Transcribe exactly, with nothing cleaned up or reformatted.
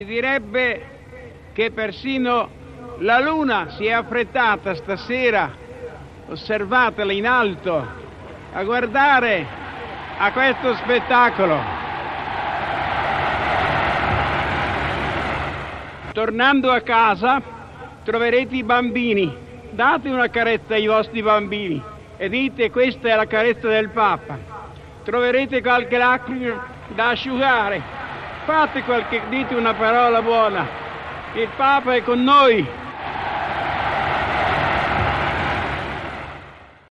Si direbbe che persino la luna si è affrettata stasera, osservatela in alto, a guardare a questo spettacolo. Tornando a casa troverete i bambini, date una carezza ai vostri bambini e dite: questa è la carezza del Papa. Troverete qualche lacrima da asciugare, fate qualche, dite una parola buona. Il Papa è con noi.